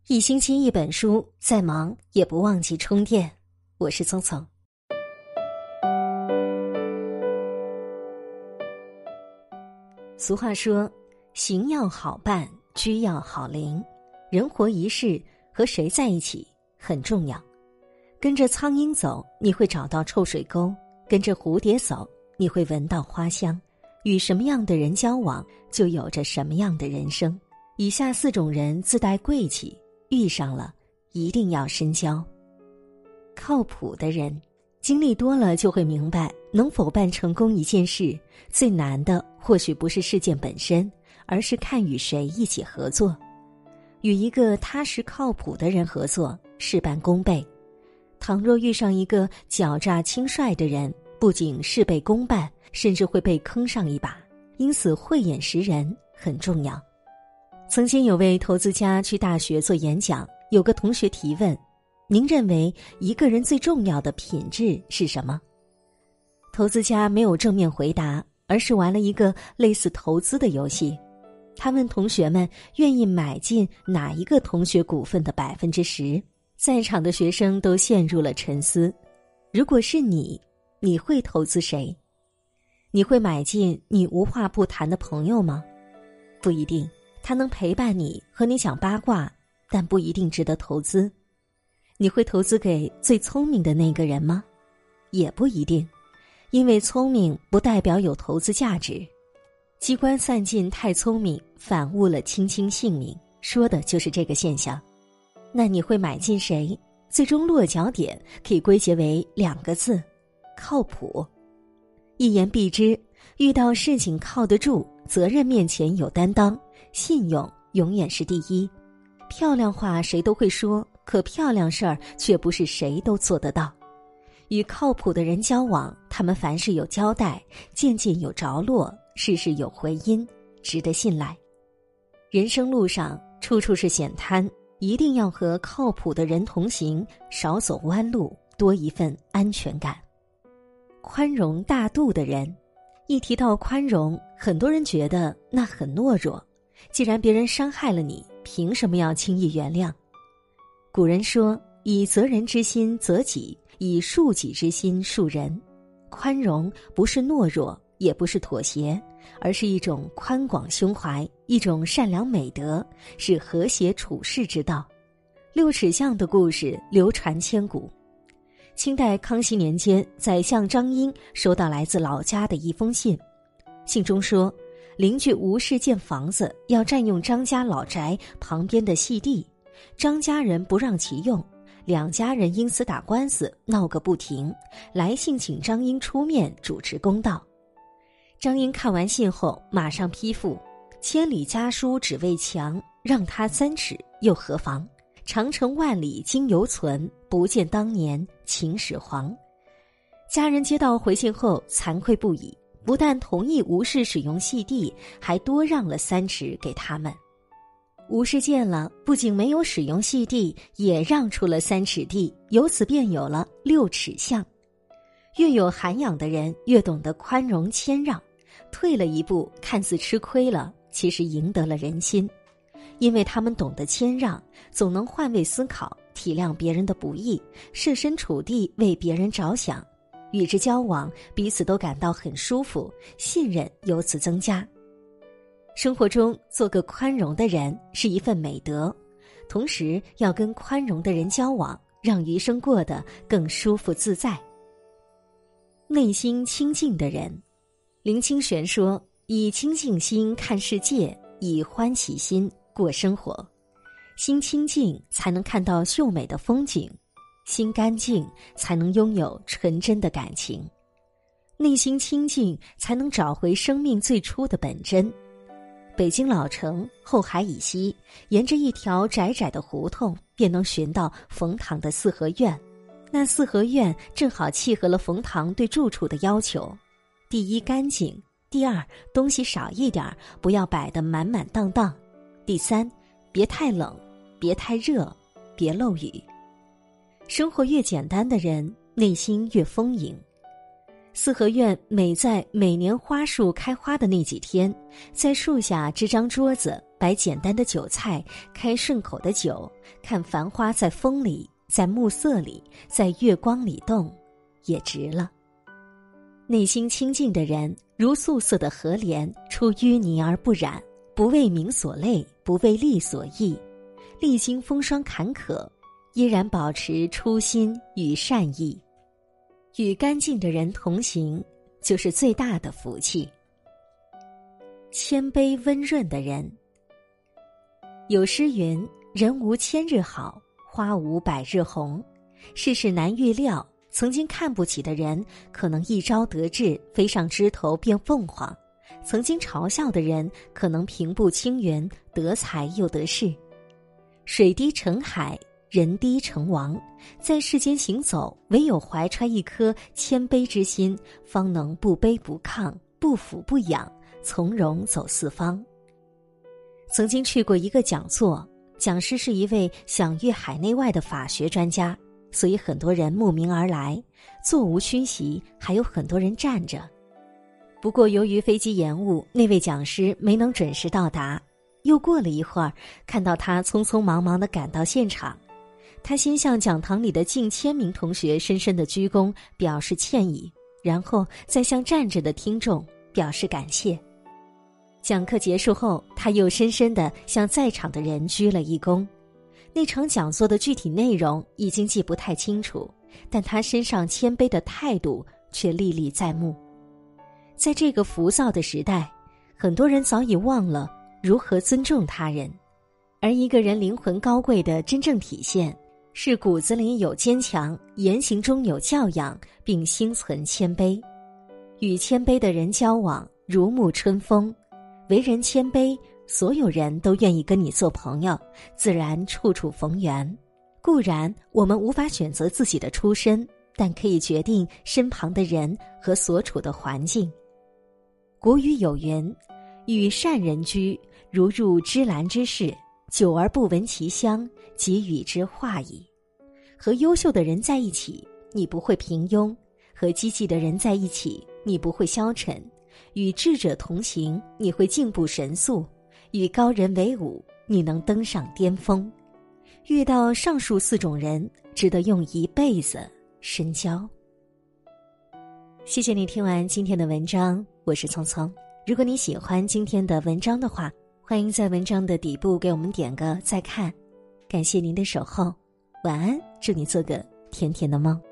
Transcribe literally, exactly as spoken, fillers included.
一星期一本书，再忙也不忘记充电。我是聪聪。俗话说，行要好办，居要好邻。人活一世，和谁在一起很重要。跟着苍蝇走，你会找到臭水沟；跟着蝴蝶走，你会闻到花香。与什么样的人交往，就有着什么样的人生。以下四种人自带贵气，遇上了一定要深交。靠谱的人，经历多了就会明白，能否办成功一件事，最难的或许不是事件本身，而是看与谁一起合作。与一个踏实靠谱的人合作，事半功倍。倘若遇上一个狡诈轻率的人，不仅事倍功半，甚至会被坑上一把。因此慧眼识人很重要。曾经有位投资家去大学做演讲，有个同学提问：您认为一个人最重要的品质是什么？投资家没有正面回答，而是玩了一个类似投资的游戏。他问同学们愿意买进哪一个同学股份的百分之十，在场的学生都陷入了沉思。如果是你，你会投资谁？你会买进你无话不谈的朋友吗？不一定。他能陪伴你，和你讲八卦，但不一定值得投资。你会投资给最聪明的那个人吗？也不一定，因为聪明不代表有投资价值。机关散尽太聪明，反误了卿卿性命，说的就是这个现象。那你会买进谁？最终落脚点可以归结为两个字：靠谱。一言蔽之，遇到事情靠得住，责任面前有担当，信用永远是第一。漂亮话谁都会说，可漂亮事儿却不是谁都做得到。与靠谱的人交往，他们凡事有交代，件件有着落，事事有回音，值得信赖。人生路上处处是险滩，一定要和靠谱的人同行，少走弯路，多一份安全感。宽容大度的人，一提到宽容，很多人觉得那很懦弱。既然别人伤害了你，凭什么要轻易原谅？古人说，以责人之心责己，以恕己之心恕人。宽容不是懦弱，也不是妥协，而是一种宽广胸怀，一种善良美德，是和谐处世之道。六尺巷的故事流传千古。清代康熙年间，宰相张英收到来自老家的一封信，信中说，邻居吴氏建房子，要占用张家老宅旁边的细地，张家人不让其用，两家人因此打官司，闹个不停，来信请张英出面主持公道。张英看完信后，马上批复：千里家书只为墙，让他三尺又何妨？长城万里今犹存，不见当年秦始皇。家人接到回信后惭愧不已，不但同意吴氏使用细地，还多让了三尺给他们。吴氏见了，不仅没有使用细地，也让出了三尺地，由此便有了六尺巷。越有涵养的人，越懂得宽容谦让，退了一步，看似吃亏了，其实赢得了人心。因为他们懂得谦让，总能换位思考，体谅别人的不易，设身处地为别人着想。与之交往，彼此都感到很舒服，信任由此增加。生活中做个宽容的人是一份美德，同时要跟宽容的人交往，让余生过得更舒服自在。内心清净的人，林清玄说，以清净心看世界，以欢喜心过生活。心清净才能看到秀美的风景，心干净才能拥有纯真的感情，内心清净才能找回生命最初的本真。北京老城后海以西，沿着一条窄窄的胡同，便能寻到冯唐的四合院。那四合院正好契合了冯唐对住处的要求：第一，干净；第二，东西少一点，不要摆得满满当当；第三，别太冷，别太热，别漏雨。生活越简单的人，内心越丰盈。四合院美在每年花树开花的那几天，在树下支张桌子， 摆简单的酒菜，开顺口的酒，看繁花在风里，在暮色里，在月光里动，也值了。内心清净的人，如素色的河莲，出淤泥而不染，不为名所累，不为利所役，历经风霜坎坷，依然保持初心与善意。与干净的人同行，就是最大的福气。谦卑温润的人。有诗云：人无千日好，花无百日红。世事难预料，曾经看不起的人，可能一朝得志，飞上枝头变凤凰；曾经嘲笑的人，可能平步青云，得财又得势。水低成海，人低成王，在世间行走，唯有怀揣一颗谦卑之心，方能不卑不亢，不俯不仰，从容走四方。曾经去过一个讲座，讲师是一位享誉海内外的法学专家，所以很多人慕名而来，座无虚席，还有很多人站着。不过由于飞机延误，那位讲师没能准时到达。又过了一会儿，看到他匆匆忙忙地赶到现场，他先向讲堂里的近千名同学深深地鞠躬，表示歉意，然后再向站着的听众表示感谢。讲课结束后，他又深深地向在场的人鞠了一躬。那场讲座的具体内容已经记不太清楚，但他身上谦卑的态度却历历在目。在这个浮躁的时代，很多人早已忘了如何尊重他人，而一个人灵魂高贵的真正体现，是骨子里有坚强，言行中有教养，并心存谦卑。与谦卑的人交往，如沐春风。为人谦卑，所有人都愿意跟你做朋友，自然处处逢源。固然我们无法选择自己的出身，但可以决定身旁的人和所处的环境。古语有云：与善人居，如入芝兰之室，久而不闻其香，即与之化矣。和优秀的人在一起，你不会平庸；和积极的人在一起，你不会消沉；与智者同行，你会进步神速；与高人为伍，你能登上巅峰。遇到上述四种人，值得用一辈子深交。谢谢你听完今天的文章，我是聪聪。如果你喜欢今天的文章的话，欢迎在文章的底部给我们点个再看。感谢您的守候，晚安，祝你做个甜甜的梦。